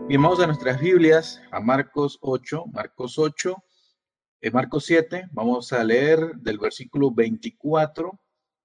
Bien, vamos a nuestras Biblias, a Marcos 7, vamos a leer del versículo 24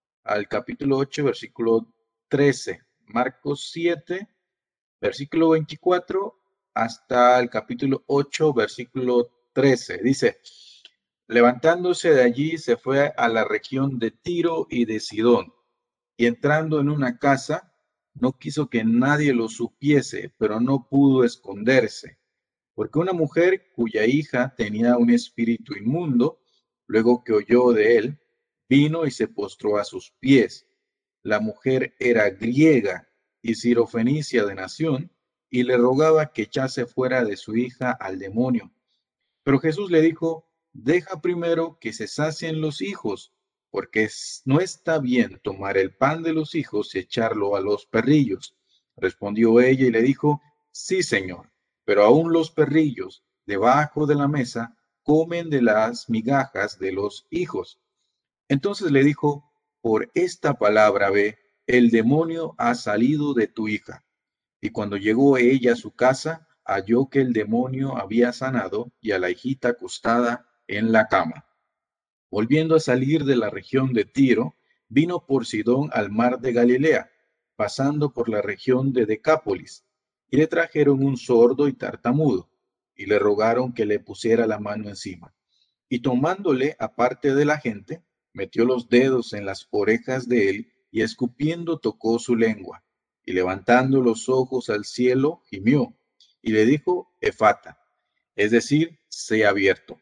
al capítulo 8, versículo 13. Marcos 7, versículo 24 hasta el capítulo 8, versículo 13. Dice, levantándose de allí se fue a la región de Tiro y de Sidón, y entrando en una casa, no quiso que nadie lo supiese, pero no pudo esconderse porque una mujer cuya hija tenía un espíritu inmundo, luego que oyó de él, vino y se postró a sus pies. La mujer era griega y sirofenicia de nación, y le rogaba que echase fuera de su hija al demonio. Pero Jesús le dijo, deja primero que se sacien los hijos, porque no está bien tomar el pan de los hijos y echarlo a los perrillos. Respondió ella y le dijo, sí, señor, pero aún los perrillos debajo de la mesa comen de las migajas de los hijos. Entonces le dijo, por esta palabra ve, el demonio ha salido de tu hija. Y cuando llegó ella a su casa, halló que el demonio había sanado y a la hijita acostada en la cama. Volviendo a salir de la región de Tiro, vino por Sidón al mar de Galilea, pasando por la región de Decápolis, y le trajeron un sordo y tartamudo, y le rogaron que le pusiera la mano encima. Y tomándole aparte de la gente, metió los dedos en las orejas de él, y escupiendo tocó su lengua, y levantando los ojos al cielo, gimió, y le dijo, Efata, es decir, sea abierto.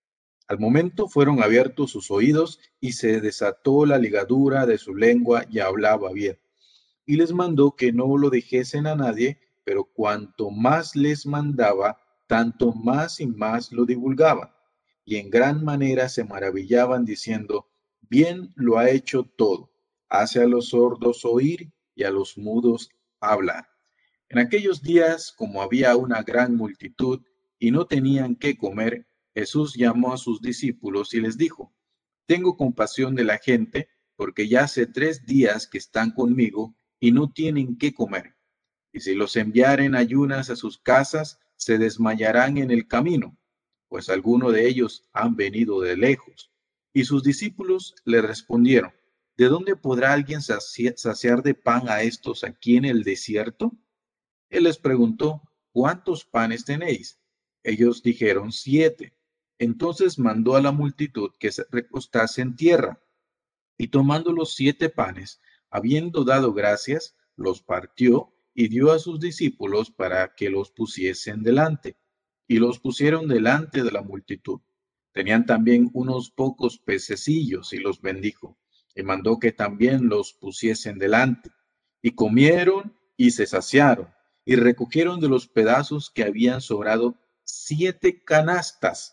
Al momento fueron abiertos sus oídos y se desató la ligadura de su lengua y hablaba bien. Y les mandó que no lo dijesen a nadie, pero cuanto más les mandaba, tanto más y más lo divulgaban. Y en gran manera se maravillaban diciendo, bien lo ha hecho todo, hace a los sordos oír y a los mudos hablar. En aquellos días, como había una gran multitud y no tenían qué comer, Jesús llamó a sus discípulos y les dijo, tengo compasión de la gente, porque ya hace 3 días que están conmigo y no tienen qué comer. Y si los enviaren ayunas a sus casas, se desmayarán en el camino, pues algunos de ellos han venido de lejos. Y sus discípulos le respondieron, ¿de dónde podrá alguien saciar de pan a estos aquí en el desierto? Él les preguntó, ¿cuántos panes tenéis? Ellos dijeron, 7. Entonces mandó a la multitud que se recostase en tierra, y tomando los 7 panes, habiendo dado gracias, los partió y dio a sus discípulos para que los pusiesen delante. Y los pusieron delante de la multitud. Tenían también unos pocos pececillos y los bendijo. Y mandó que también los pusiesen delante. Y comieron y se saciaron. Y recogieron de los pedazos que habían sobrado 7 canastas.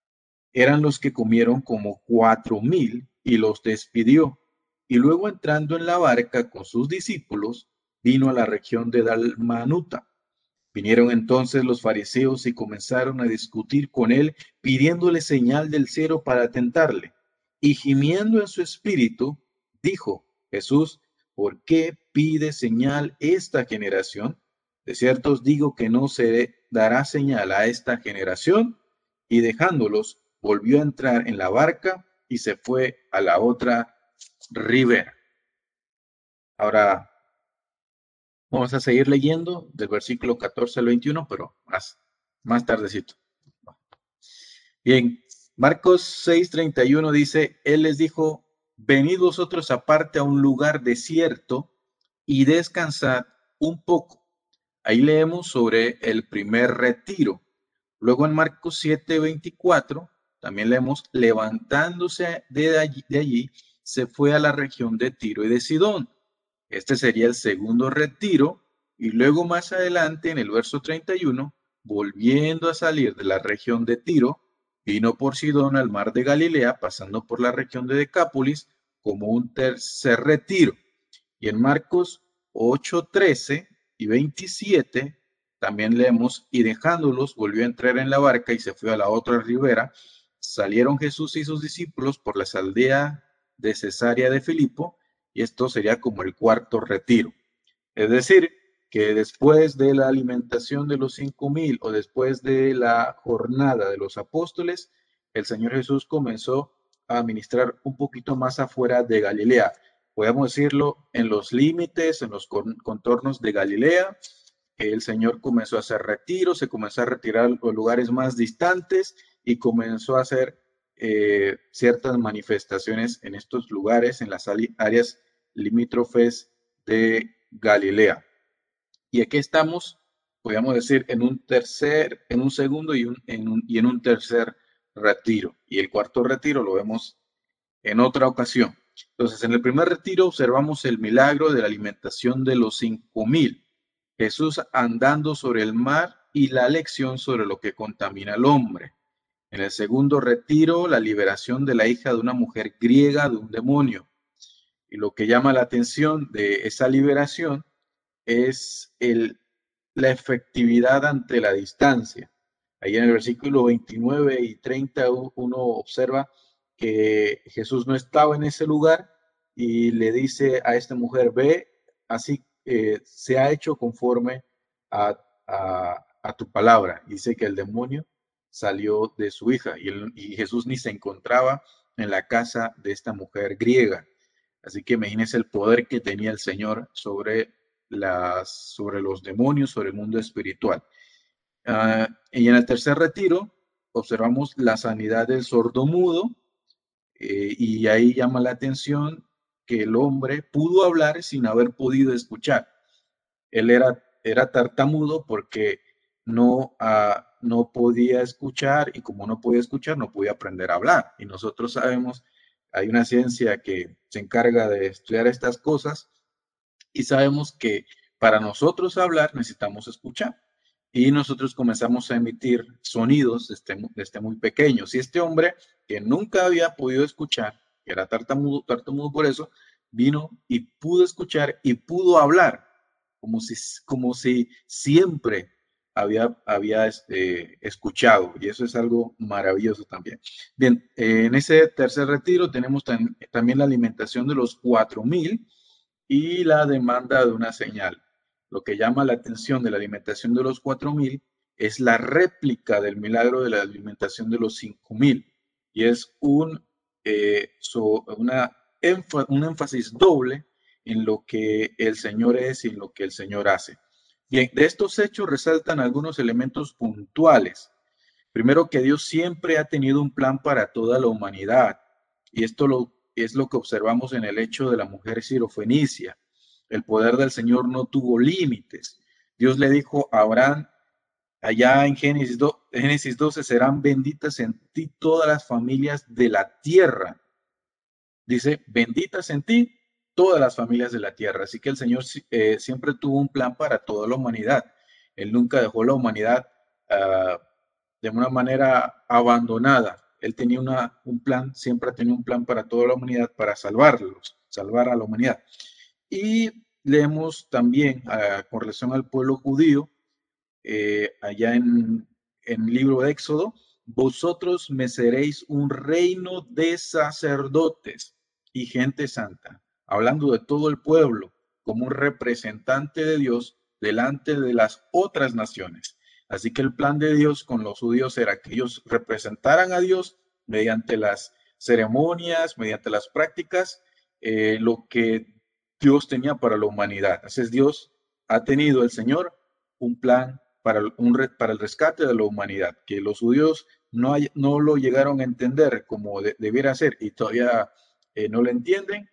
Eran los que comieron como 4,000 y los despidió. Y luego entrando en la barca con sus discípulos, vino a la región de Dalmanuta. Vinieron entonces los fariseos y comenzaron a discutir con él, pidiéndole señal del cielo para tentarle. Y gimiendo en su espíritu, dijo, Jesús, ¿por qué pide señal esta generación? De cierto os digo que no se dará señal a esta generación. Y dejándolos, volvió a entrar en la barca y se fue a la otra ribera. Ahora vamos a seguir leyendo del versículo 14 al 21, pero más tardecito. Bien, Marcos 6:31 dice, Él les dijo, venid vosotros aparte a un lugar desierto y descansad un poco. Ahí leemos sobre el primer retiro. Luego en Marcos 7:24 también leemos, levantándose de allí, se fue a la región de Tiro y de Sidón. Este sería el segundo retiro. Y luego más adelante, en el verso 31, volviendo a salir de la región de Tiro, vino por Sidón al mar de Galilea, pasando por la región de Decápolis, como un tercer retiro. Y en Marcos 8:13 y 27 también leemos, y dejándolos, volvió a entrar en la barca y se fue a la otra ribera. Salieron Jesús y sus discípulos por las aldeas de Cesarea de Filipo, y esto sería como el cuarto retiro. Es decir, que después de la alimentación de los 5,000 o después de la jornada de los apóstoles, el Señor Jesús comenzó a ministrar un poquito más afuera de Galilea. Podemos decirlo en los límites, en los contornos de Galilea. El Señor comenzó a hacer retiros, se comenzó a retirar a los lugares más distantes y comenzó a hacer ciertas manifestaciones en estos lugares, en las áreas limítrofes de Galilea. Y aquí estamos, podríamos decir, en un segundo y en un tercer retiro. Y el cuarto retiro lo vemos en otra ocasión. Entonces, en el primer retiro observamos el milagro de la alimentación de los 5,000. Jesús andando sobre el mar y la lección sobre lo que contamina al hombre. En el segundo retiro, la liberación de la hija de una mujer griega de un demonio. Y lo que llama la atención de esa liberación es la efectividad ante la distancia. Ahí en el versículo 29 y 30 uno observa que Jesús no estaba en ese lugar y le dice a esta mujer, ve, así se ha hecho conforme a tu palabra. Dice que el demonio salió de su hija y Jesús ni se encontraba en la casa de esta mujer griega. Así que imagínense el poder que tenía el Señor sobre los demonios, sobre el mundo espiritual. Y en el tercer retiro observamos la sanidad del sordomudo, y ahí llama la atención que el hombre pudo hablar sin haber podido escuchar. Él era tartamudo porque no podía escuchar, y como no podía escuchar, no podía aprender a hablar. Y nosotros sabemos, hay una ciencia que se encarga de estudiar estas cosas y sabemos que para nosotros hablar necesitamos escuchar. Y nosotros comenzamos a emitir sonidos desde muy pequeños. Y este hombre que nunca había podido escuchar, que era tartamudo por eso, vino y pudo escuchar y pudo hablar, como si siempre había escuchado. Y eso es algo maravilloso también. Bien, en ese tercer retiro tenemos también la alimentación de los 4,000 y la demanda de una señal. Lo que llama la atención de la alimentación de los 4,000 es la réplica del milagro de la alimentación de los 5,000. Y es un énfasis doble en lo que el Señor es y en lo que el Señor hace. Bien, de estos hechos resaltan algunos elementos puntuales. Primero, que Dios siempre ha tenido un plan para toda la humanidad. Y esto es lo que observamos en el hecho de la mujer sirofenicia. El poder del Señor no tuvo límites. Dios le dijo a Abraham, allá en Génesis 12, serán benditas en ti todas las familias de la tierra. Dice, benditas en ti todas las familias de la tierra. Así que el Señor siempre tuvo un plan para toda la humanidad. Él nunca dejó la humanidad de una manera abandonada. Él tenía un plan, siempre ha tenido un plan para toda la humanidad, para salvar a la humanidad. Y leemos también con relación al pueblo judío, allá en el libro de Éxodo, vosotros me seréis un reino de sacerdotes y gente santa, hablando de todo el pueblo como un representante de Dios delante de las otras naciones. Así que el plan de Dios con los judíos era que ellos representaran a Dios mediante las ceremonias, mediante las prácticas, lo que Dios tenía para la humanidad. Así es, Dios ha tenido, el Señor, un plan para el rescate de la humanidad, que los judíos no lo llegaron a entender como debiera ser y todavía no lo entienden,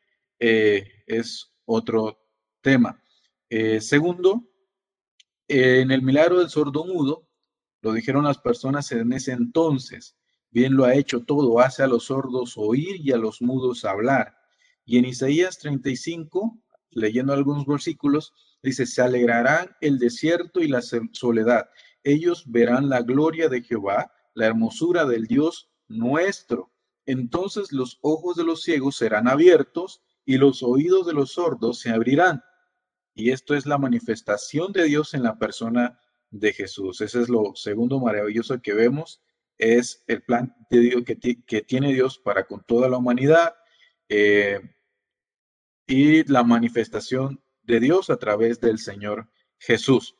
es otro tema. Segundo, en el milagro del sordomudo, lo dijeron las personas en ese entonces, bien lo ha hecho todo, hace a los sordos oír y a los mudos hablar. Y en Isaías 35, leyendo algunos versículos, dice, se alegrarán el desierto y la soledad. Ellos verán la gloria de Jehová, la hermosura del Dios nuestro. Entonces los ojos de los ciegos serán abiertos y los oídos de los sordos se abrirán. Y esto es la manifestación de Dios en la persona de Jesús. Ese es lo segundo maravilloso que vemos, es el plan de Dios que tiene Dios para con toda la humanidad, y la manifestación de Dios a través del Señor Jesús.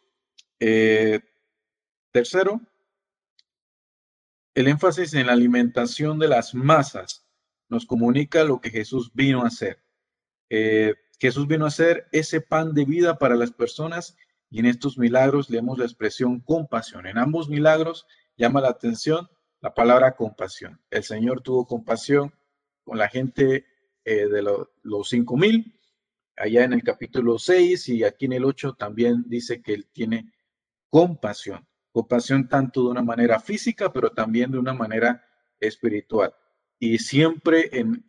Tercero, el énfasis en la alimentación de las masas nos comunica lo que Jesús vino a hacer. Jesús vino a ser ese pan de vida para las personas y en estos milagros leemos la expresión compasión. En ambos milagros llama la atención la palabra compasión. El Señor tuvo compasión con la gente de los 5,000, allá en el capítulo 6 y aquí en el 8 también dice que Él tiene compasión. Compasión tanto de una manera física, pero también de una manera espiritual. Y siempre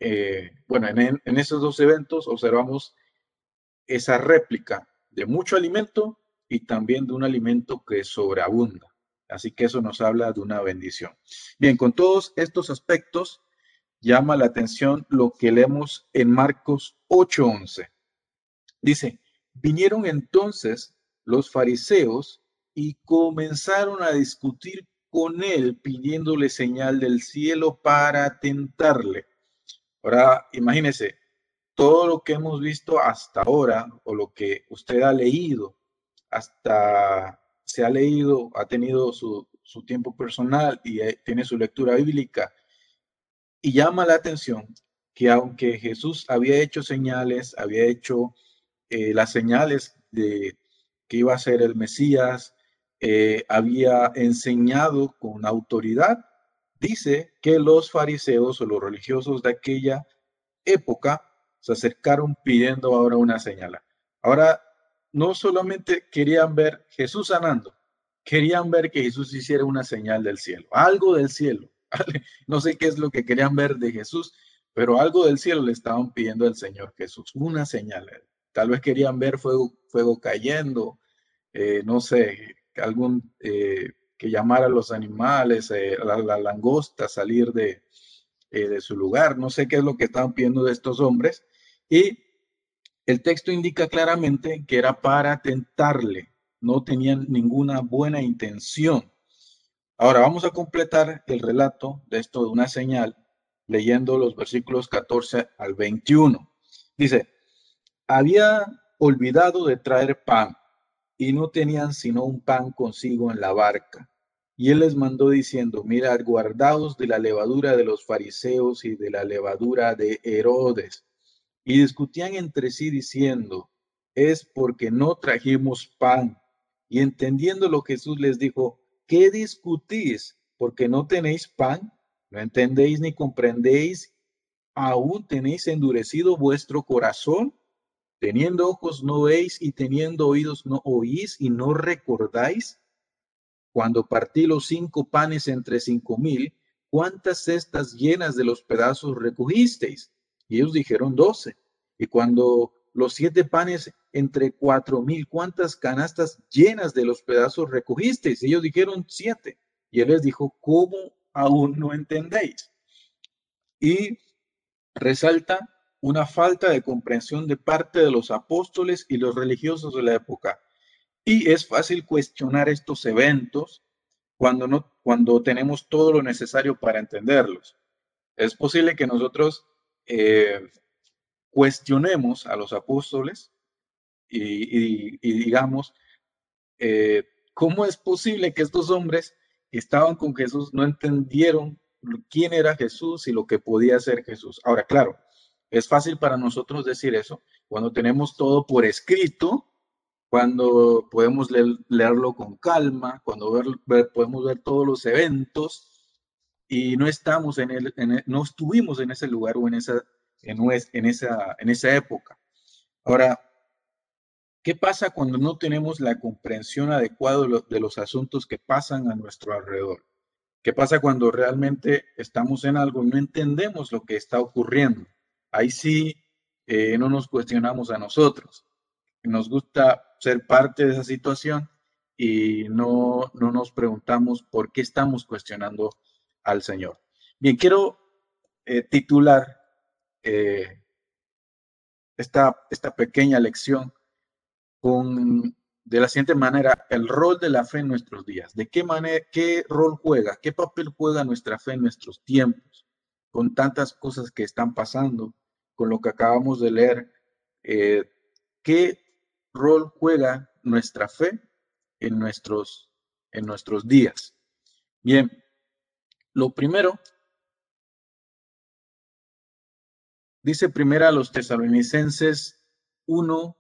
en esos dos eventos observamos esa réplica de mucho alimento y también de un alimento que sobreabunda. Así que eso nos habla de una bendición. Bien, con todos estos aspectos, llama la atención lo que leemos en Marcos 8:11. Dice, vinieron entonces los fariseos y comenzaron a discutir con él pidiéndole señal del cielo para tentarle. Ahora, imagínese, todo lo que hemos visto hasta ahora o lo que usted ha leído, hasta se ha leído, ha tenido su tiempo personal y tiene su lectura bíblica y llama la atención que aunque Jesús había hecho señales, había hecho las señales de que iba a ser el Mesías, había enseñado con autoridad, dice que los fariseos o los religiosos de aquella época se acercaron pidiendo ahora una señal. Ahora, no solamente querían ver Jesús sanando, querían ver que Jesús hiciera una señal del cielo, algo del cielo. No sé qué es lo que querían ver de Jesús, pero algo del cielo le estaban pidiendo al Señor Jesús, una señal. Tal vez querían ver fuego cayendo, no sé, que llamara a los animales, la langosta salir de su lugar. No sé qué es lo que estaban pidiendo de estos hombres. Y el texto indica claramente que era para tentarle. No tenían ninguna buena intención. Ahora vamos a completar el relato de esto de una señal leyendo los versículos 14 al 21. Dice, había olvidado de traer pan y no tenían sino un pan consigo en la barca. Y él les mandó diciendo, mirad, guardaos de la levadura de los fariseos y de la levadura de Herodes. Y discutían entre sí diciendo, es porque no trajimos pan. Y entendiéndolo Jesús les dijo, ¿qué discutís? Porque no tenéis pan, no entendéis ni comprendéis, aún tenéis endurecido vuestro corazón. Teniendo ojos no veis y teniendo oídos no oís y no recordáis. Cuando partí los 5 panes entre 5,000, ¿cuántas cestas llenas de los pedazos recogisteis? Y ellos dijeron 12. Y cuando los 7 panes entre 4,000, ¿cuántas canastas llenas de los pedazos recogisteis? Y ellos dijeron 7. Y él les dijo, ¿cómo aún no entendéis? Y resalta una falta de comprensión de parte de los apóstoles y los religiosos de la época. Y es fácil cuestionar estos eventos cuando tenemos todo lo necesario para entenderlos. Es posible que nosotros cuestionemos a los apóstoles y digamos, ¿cómo es posible que estos hombres que estaban con Jesús no entendieron quién era Jesús y lo que podía hacer Jesús? Ahora, claro, es fácil para nosotros decir eso cuando tenemos todo por escrito, cuando podemos leerlo con calma, cuando podemos ver todos los eventos y no estamos no estuvimos en ese lugar o en esa época. Ahora, ¿qué pasa cuando no tenemos la comprensión adecuada de los asuntos que pasan a nuestro alrededor? ¿Qué pasa cuando realmente estamos en algo y no entendemos lo que está ocurriendo? Ahí sí no nos cuestionamos a nosotros. Nos gusta ser parte de esa situación y no nos preguntamos por qué estamos cuestionando al Señor. Bien, quiero titular eh, esta pequeña lección de la siguiente manera: el rol de la fe en nuestros días. ¿De qué manera, qué rol juega, qué papel juega nuestra fe en nuestros tiempos, con tantas cosas que están pasando, con lo que acabamos de leer? ¿Qué rol juega nuestra fe en nuestros días. Bien, lo primero, dice primera a los Tesalonicenses 1,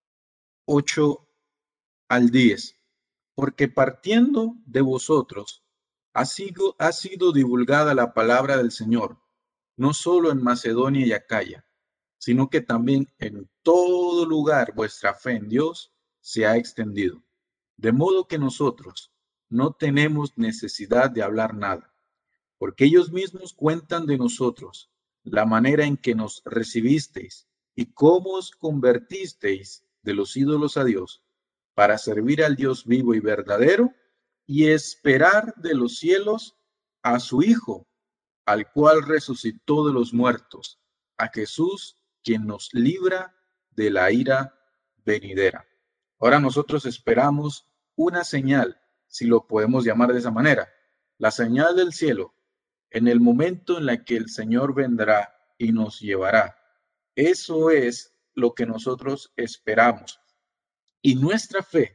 8 al 10, porque partiendo de vosotros ha sido divulgada la palabra del Señor, no solo en Macedonia y Acaya, sino que también en todo lugar vuestra fe en Dios se ha extendido. De modo que nosotros no tenemos necesidad de hablar nada, porque ellos mismos cuentan de nosotros la manera en que nos recibisteis y cómo os convertisteis de los ídolos a Dios para servir al Dios vivo y verdadero y esperar de los cielos a su Hijo, al cual resucitó de los muertos, a Jesús, quien nos libra de la ira venidera. Ahora nosotros esperamos una señal, si lo podemos llamar de esa manera, la señal del cielo, en el momento en la que el Señor vendrá y nos llevará. Eso es lo que nosotros esperamos. Y nuestra fe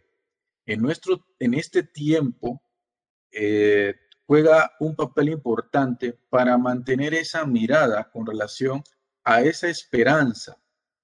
en este tiempo eh, juega un papel importante para mantener esa mirada con relación a esa esperanza.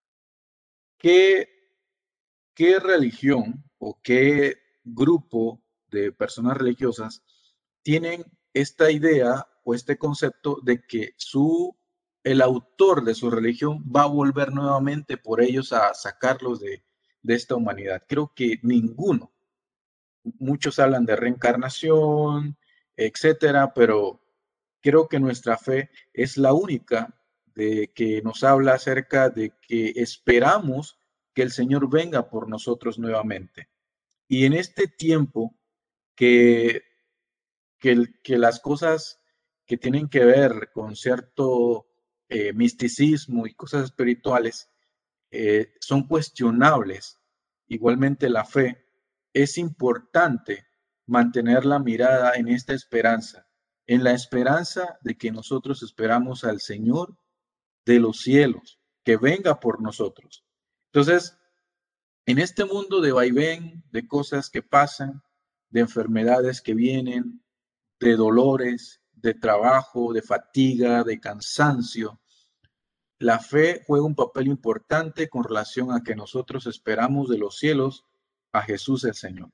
¿Qué, qué religión o qué grupo de personas religiosas tienen esta idea o este concepto de que el autor de su religión va a volver nuevamente por ellos a sacarlos de esta humanidad? Creo que ninguno. Muchos hablan de reencarnación, etcétera, pero creo que nuestra fe es la única de que nos habla acerca de que esperamos que el Señor venga por nosotros nuevamente. Y en este tiempo que, que las cosas que tienen que ver con cierto misticismo y cosas espirituales son cuestionables, igualmente la fe, es importante mantener la mirada en esta esperanza, en la esperanza de que nosotros esperamos al Señor de los cielos, que venga por nosotros. Entonces, en este mundo de vaivén, de cosas que pasan, de enfermedades que vienen, de dolores, de trabajo, de fatiga, de cansancio, la fe juega un papel importante con relación a que nosotros esperamos de los cielos a Jesús el Señor.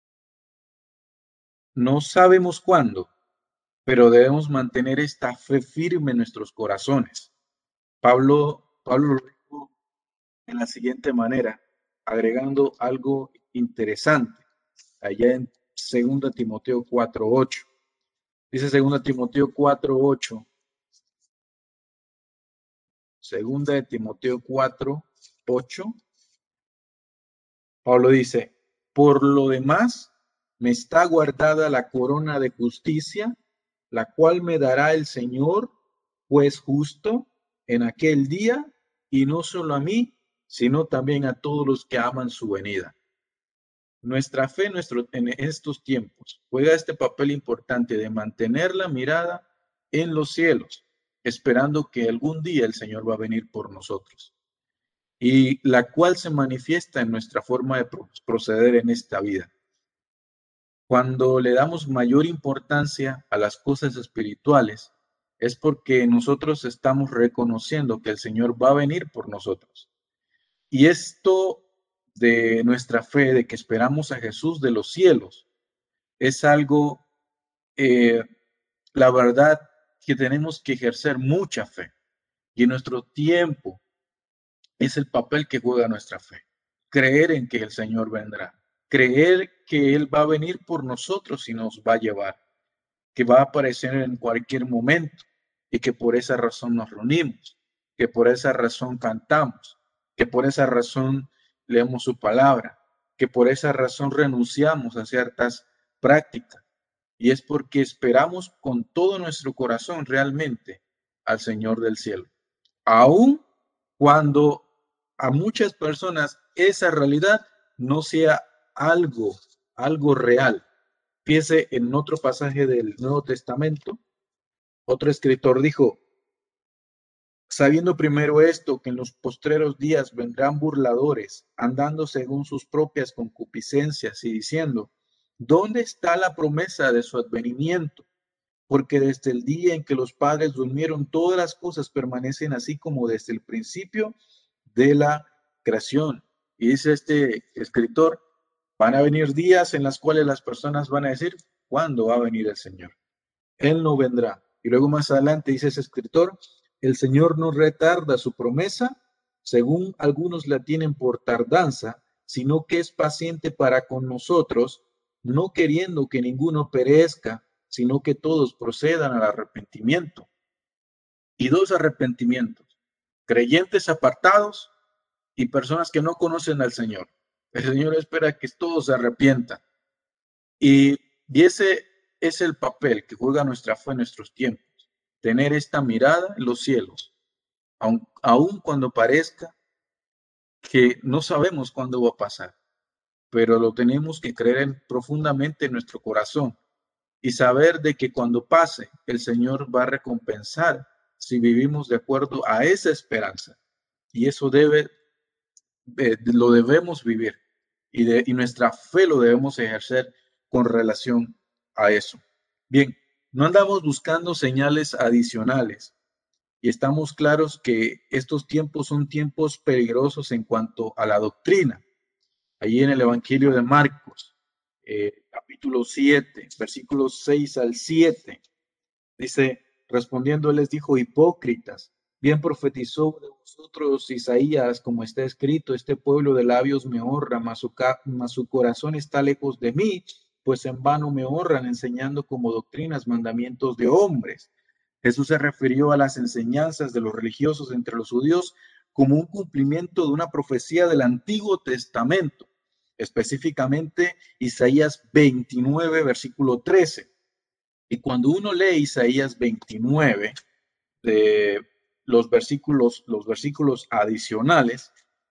No sabemos cuándo, pero debemos mantener esta fe firme en nuestros corazones. Pablo lo dijo de la siguiente manera, agregando algo interesante, allá en 2 Timoteo 4:8. Dice 2 Timoteo 4:8. 2 Timoteo 4:8. Pablo dice, por lo demás, me está guardada la corona de justicia, la cual me dará el Señor, juez justo, en aquel día, y no solo a mí, sino también a todos los que aman su venida. Nuestra fe en estos tiempos juega este papel importante de mantener la mirada en los cielos, esperando que algún día el Señor va a venir por nosotros, y la cual se manifiesta en nuestra forma de proceder en esta vida. Cuando le damos mayor importancia a las cosas espirituales, es porque nosotros estamos reconociendo que el Señor va a venir por nosotros. Y esto de nuestra fe, de que esperamos a Jesús de los cielos, es algo, la verdad, que tenemos que ejercer mucha fe. Y en nuestro tiempo es el papel que juega nuestra fe. Creer en que el Señor vendrá. Creer que Él va a venir por nosotros y nos va a llevar. Que va a aparecer en cualquier momento y que por esa razón nos reunimos, que por esa razón cantamos, que por esa razón leemos su palabra, que por esa razón renunciamos a ciertas prácticas. Y es porque esperamos con todo nuestro corazón realmente al Señor del cielo. Aún cuando a muchas personas esa realidad no sea algo real. Fíjese en otro pasaje del Nuevo Testamento, otro escritor dijo, Sabiendo primero esto, que en los postreros días vendrán burladores, andando según sus propias concupiscencias y diciendo, ¿dónde está la promesa de su advenimiento? Porque desde el día en que los padres durmieron, todas las cosas permanecen así como desde el principio de la creación. Y dice este escritor, van a venir días en los cuales las personas van a decir, ¿cuándo va a venir el Señor? Él no vendrá. Y luego más adelante dice ese escritor, el Señor no retarda su promesa, según algunos la tienen por tardanza, sino que es paciente para con nosotros, no queriendo que ninguno perezca, sino que todos procedan al arrepentimiento. Y dos arrepentimientos, creyentes apartados y personas que no conocen al Señor. El Señor espera que todos se arrepientan. Y ese es el papel que juega nuestra fe en nuestros tiempos. Tener esta mirada en los cielos, aun cuando parezca que no sabemos cuándo va a pasar, pero lo tenemos que creer profundamente en nuestro corazón y saber de que cuando pase, el Señor va a recompensar si vivimos de acuerdo a esa esperanza. Y eso lo debemos vivir y nuestra fe lo debemos ejercer con relación a eso. Bien, no andamos buscando señales adicionales y estamos claros que estos tiempos son tiempos peligrosos en cuanto a la doctrina. Allí en el Evangelio de Marcos, capítulo 7, versículos 6 al 7, dice, respondiendo, él les dijo, hipócritas, bien profetizó de vosotros Isaías, como está escrito, este pueblo de labios me honra, mas su corazón está lejos de mí, pues en vano me honran, enseñando como doctrinas mandamientos de hombres. Jesús se refirió a las enseñanzas de los religiosos entre los judíos como un cumplimiento de una profecía del Antiguo Testamento, específicamente Isaías 29, versículo 13. Y cuando uno lee Isaías 29, los versículos adicionales,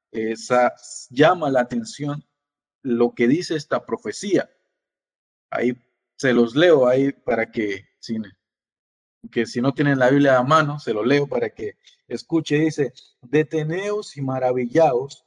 llama la atención lo que dice esta profecía. Ahí se los leo ahí para que si no tienen la Biblia a mano, se lo leo para que escuche. Dice, deteneos y maravillaos,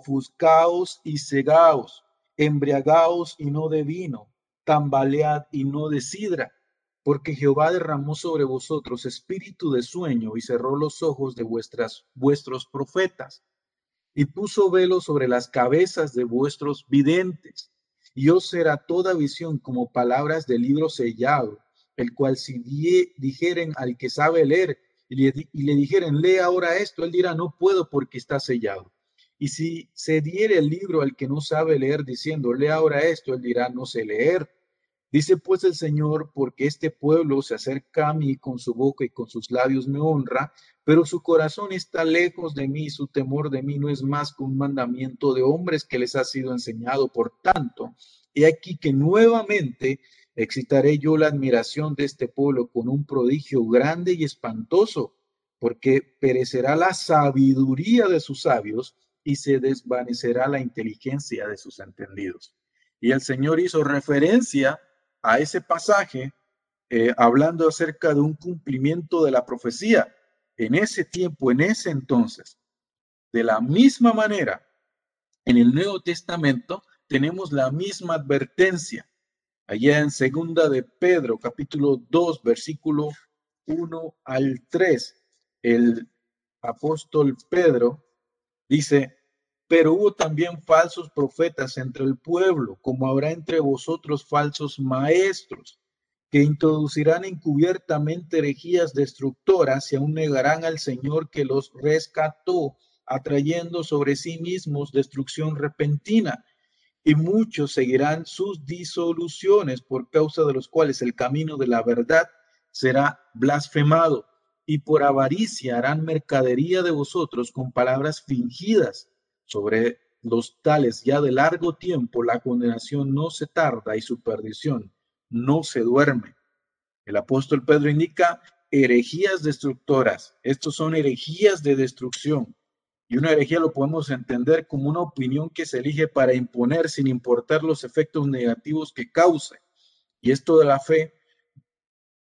ofuscaos y cegaos, embriagaos y no de vino, tambalead y no de sidra, porque Jehová derramó sobre vosotros espíritu de sueño y cerró los ojos de vuestros profetas y puso velo sobre las cabezas de vuestros videntes. Y os será toda visión como palabras del libro sellado, el cual si dijeren al que sabe leer y le dijeren, lee ahora esto, él dirá, no puedo porque está sellado. Y si se diere el libro al que no sabe leer diciendo, lee ahora esto, él dirá, no sé leer. Dice pues el Señor, porque este pueblo se acerca a mí con su boca y con sus labios me honra, pero su corazón está lejos de mí, su temor de mí no es más que un mandamiento de hombres que les ha sido enseñado. Por tanto, he aquí que nuevamente excitaré yo la admiración de este pueblo con un prodigio grande y espantoso, porque perecerá la sabiduría de sus sabios y se desvanecerá la inteligencia de sus entendidos. Y el Señor hizo referencia a ese pasaje hablando acerca de un cumplimiento de la profecía en ese tiempo, en ese entonces. De la misma manera, en el Nuevo Testamento tenemos la misma advertencia. Allá en segunda de Pedro, capítulo 2, versículo 1 al 3, el apóstol Pedro dice, pero hubo también falsos profetas entre el pueblo, como habrá entre vosotros falsos maestros, que introducirán encubiertamente herejías destructoras y aún negarán al Señor que los rescató, atrayendo sobre sí mismos destrucción repentina. Y muchos seguirán sus disoluciones, por causa de los cuales el camino de la verdad será blasfemado, y por avaricia harán mercadería de vosotros con palabras fingidas. Sobre los tales ya de largo tiempo la condenación no se tarda y su perdición no se duerme. El apóstol Pedro indica herejías destructoras. Estos son herejías de destrucción. Y una herejía lo podemos entender como una opinión que se elige para imponer sin importar los efectos negativos que cause. Y esto de la fe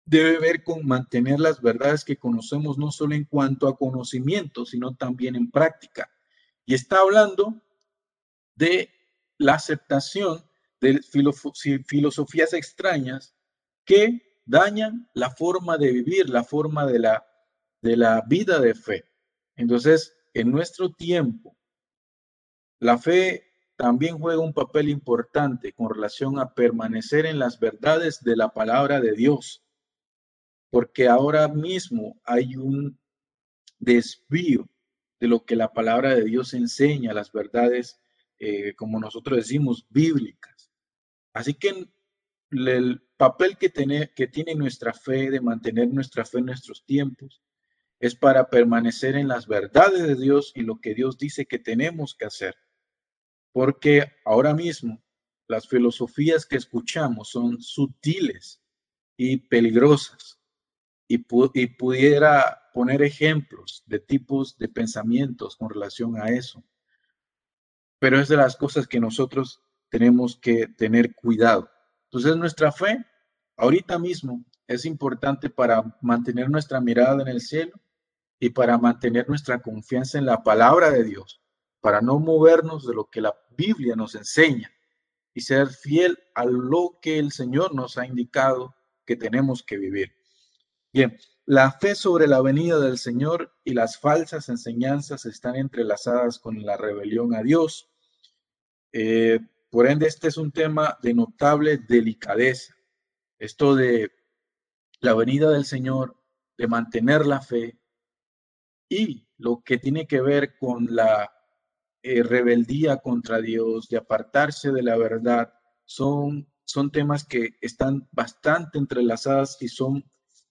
debe ver con mantener las verdades que conocemos no solo en cuanto a conocimiento, sino también en práctica. Y está hablando de la aceptación de filosofías extrañas que dañan la forma de vivir, la forma de la vida de fe. Entonces, en nuestro tiempo, la fe también juega un papel importante con relación a permanecer en las verdades de la palabra de Dios, porque ahora mismo hay un desvío de lo que la palabra de Dios enseña, las verdades, como nosotros decimos, bíblicas. Así que el papel que tiene nuestra fe, de mantener nuestra fe en nuestros tiempos, es para permanecer en las verdades de Dios y lo que Dios dice que tenemos que hacer. Porque ahora mismo las filosofías que escuchamos son sutiles y peligrosas y pudiera poner ejemplos de tipos de pensamientos con relación a eso. Pero es de las cosas que nosotros tenemos que tener cuidado. Entonces nuestra fe ahorita mismo es importante para mantener nuestra mirada en el cielo y para mantener nuestra confianza en la palabra de Dios, para no movernos de lo que la Biblia nos enseña y ser fiel a lo que el Señor nos ha indicado que tenemos que vivir. Bien, la fe sobre la venida del Señor y las falsas enseñanzas están entrelazadas con la rebelión a Dios. Eh, por ende, este es un tema de notable delicadeza. Esto de la venida del Señor, de mantener la fe y lo que tiene que ver con la rebeldía contra Dios, de apartarse de la verdad, son temas que están bastante entrelazadas y son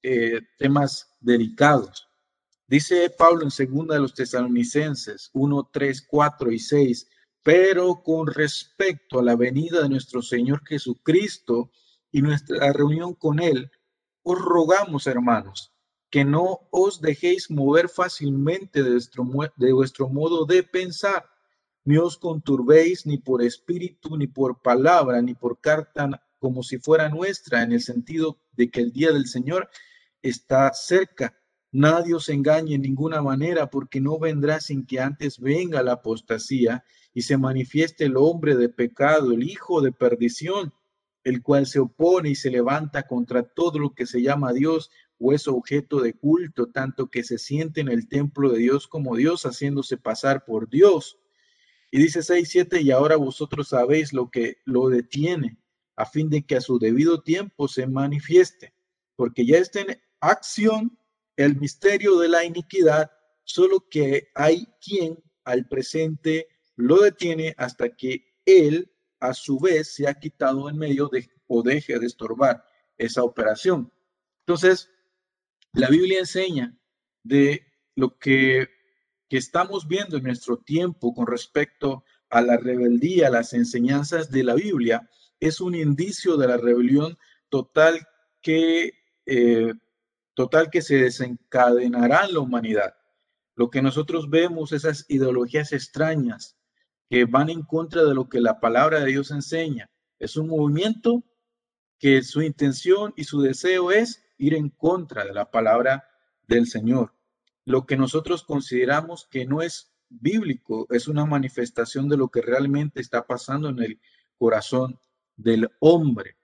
temas delicados. Dice Pablo en segunda de los Tesalonicenses 1, 3, 4 y 6, pero con respecto a la venida de nuestro Señor Jesucristo y nuestra reunión con Él, os rogamos, hermanos, que no os dejéis mover fácilmente de vuestro modo de pensar, ni os conturbéis ni por espíritu, ni por palabra, ni por carta como si fuera nuestra, en el sentido de que el día del Señor está cerca. Nadie os engañe en ninguna manera, porque no vendrá sin que antes venga la apostasía y se manifieste el hombre de pecado, el hijo de perdición, el cual se opone y se levanta contra todo lo que se llama Dios o es objeto de culto, tanto que se siente en el templo de Dios como Dios, haciéndose pasar por Dios. Y dice 6:7, y ahora vosotros sabéis lo que lo detiene, a fin de que a su debido tiempo se manifieste, porque ya está en acción el misterio de la iniquidad, solo que hay quien al presente lo detiene hasta que él a su vez se ha quitado en medio de, o deje de estorbar esa operación. Entonces, la Biblia enseña de lo que estamos viendo en nuestro tiempo con respecto a la rebeldía, las enseñanzas de la Biblia, es un indicio de la rebelión total que, eh, total que se desencadenará en la humanidad. Lo que nosotros vemos, esas ideologías extrañas que van en contra de lo que la palabra de Dios enseña, es un movimiento que su intención y su deseo es ir en contra de la palabra del Señor. Lo que nosotros consideramos que no es bíblico es una manifestación de lo que realmente está pasando en el corazón del hombre.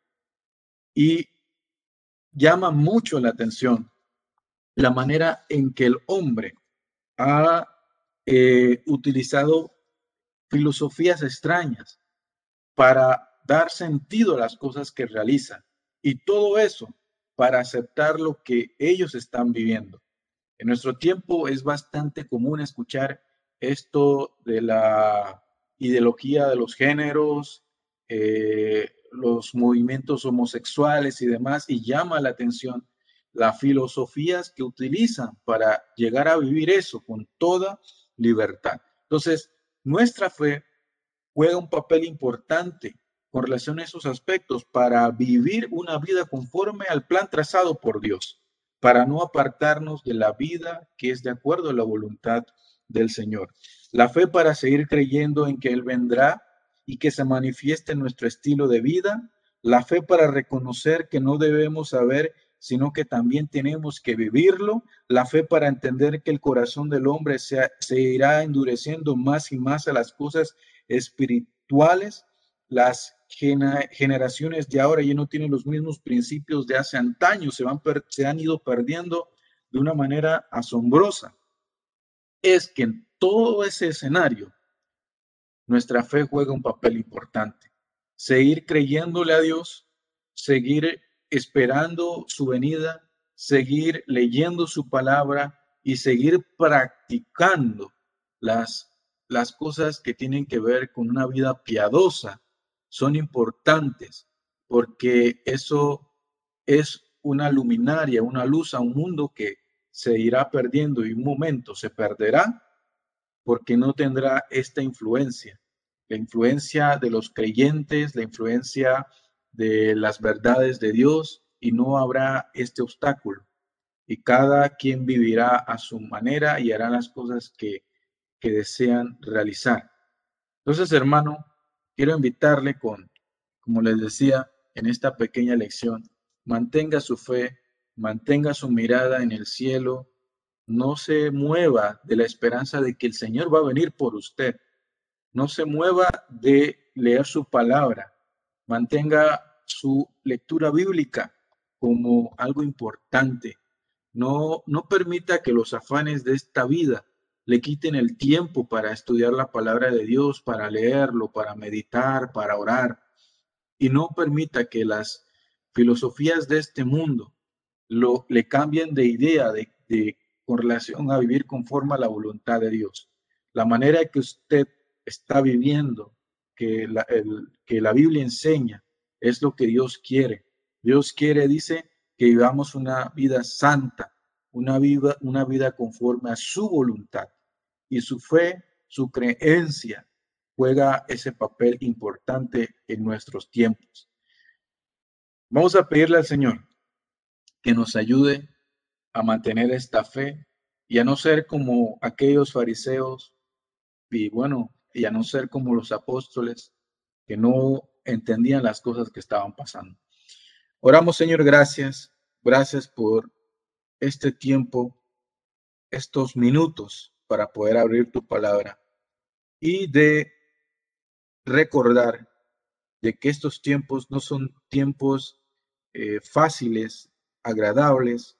Y llama mucho la atención la manera en que el hombre ha utilizado filosofías extrañas para dar sentido a las cosas que realizan. Y todo eso para aceptar lo que ellos están viviendo. En nuestro tiempo es bastante común escuchar esto de la ideología de los géneros, los movimientos homosexuales y demás, y llama la atención las filosofías que utilizan para llegar a vivir eso con toda libertad. Entonces, nuestra fe juega un papel importante con relación a esos aspectos para vivir una vida conforme al plan trazado por Dios, para no apartarnos de la vida que es de acuerdo a la voluntad del Señor. La fe para seguir creyendo en que Él vendrá y que se manifieste en nuestro estilo de vida. La fe para reconocer que no debemos saber sino que también tenemos que vivirlo. La fe para entender que el corazón del hombre se irá endureciendo más y más a las cosas espirituales. Las generaciones de ahora ya no tienen los mismos principios de hace antaño, se han ido perdiendo de una manera asombrosa. Es que en todo ese escenario, nuestra fe juega un papel importante. Seguir creyéndole a Dios, seguir esperando su venida, seguir leyendo su palabra y seguir practicando las cosas que tienen que ver con una vida piadosa son importantes, porque eso es una luminaria, una luz a un mundo que se irá perdiendo y un momento se perderá porque no tendrá esta influencia, la influencia de los creyentes, la influencia de las verdades de Dios, y no habrá este obstáculo. Y cada quien vivirá a su manera y hará las cosas que desean realizar. Entonces, hermano, quiero invitarle como les decía en esta pequeña lección, mantenga su fe, mantenga su mirada en el cielo, no se mueva de la esperanza de que el Señor va a venir por usted, no se mueva de leer su palabra, mantenga su lectura bíblica como algo importante. No permita que los afanes de esta vida le quiten el tiempo para estudiar la palabra de Dios, para leerlo, para meditar, para orar. Y no permita que las filosofías de este mundo le cambien de idea con relación a vivir conforme a la voluntad de Dios. La manera que usted está viviendo, que la Biblia enseña, es lo que Dios quiere. Dios quiere, dice, que vivamos una vida santa, una vida conforme a su voluntad. Y su fe, su creencia, juega ese papel importante en nuestros tiempos. Vamos a pedirle al Señor que nos ayude a mantener esta fe y a no ser como aquellos fariseos y bueno, y a no ser como los apóstoles que no entendían las cosas que estaban pasando. Oramos, Señor, gracias por este tiempo, estos minutos para poder abrir tu palabra y de recordar de que estos tiempos no son tiempos fáciles, agradables,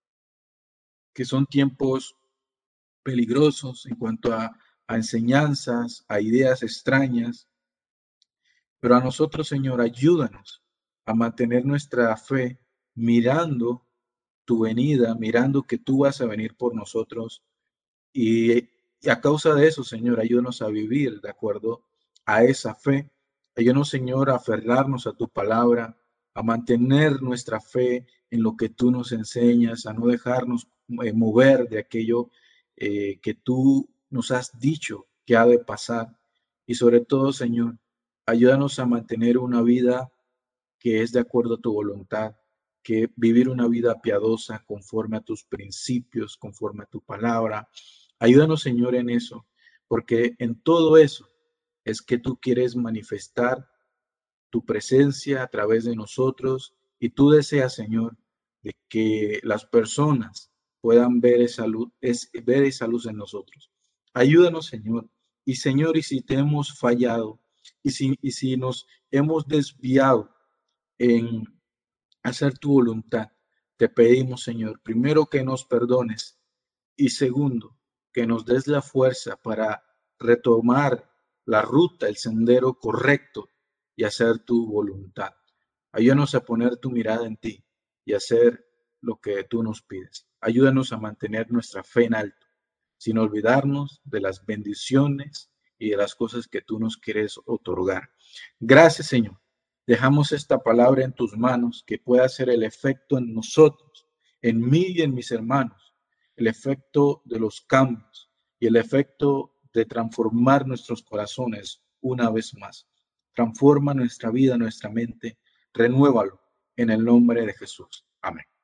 que son tiempos peligrosos en cuanto a enseñanzas, a ideas extrañas, pero a nosotros, Señor, ayúdanos a mantener nuestra fe mirando tu venida, mirando que tú vas a venir por nosotros y a causa de eso, Señor, ayúdanos a vivir de acuerdo a esa fe. Ayúdanos, Señor, a aferrarnos a tu palabra, a mantener nuestra fe en lo que tú nos enseñas, a no dejarnos mover de aquello que tú nos has dicho que ha de pasar. Y sobre todo, Señor, ayúdanos a mantener una vida que es de acuerdo a tu voluntad, que vivir una vida piadosa conforme a tus principios, conforme a tu palabra. Ayúdanos, Señor, en eso, porque en todo eso es que tú quieres manifestar tu presencia a través de nosotros y tú deseas, Señor, de que las personas puedan ver esa luz, ver esa luz en nosotros. Ayúdanos, Señor. Y Señor, y si te hemos fallado, y si nos hemos desviado en hacer tu voluntad, te pedimos, Señor, primero que nos perdones y segundo, que nos des la fuerza para retomar la ruta, el sendero correcto y hacer tu voluntad. Ayúdanos a poner tu mirada en ti y hacer lo que tú nos pides. Ayúdanos a mantener nuestra fe en alto, sin olvidarnos de las bendiciones y de las cosas que tú nos quieres otorgar. Gracias, Señor. Dejamos esta palabra en tus manos, que pueda hacer el efecto en nosotros, en mí y en mis hermanos, el efecto de los cambios y el efecto de transformar nuestros corazones una vez más. Transforma nuestra vida, nuestra mente, renuévalo en el nombre de Jesús. Amén.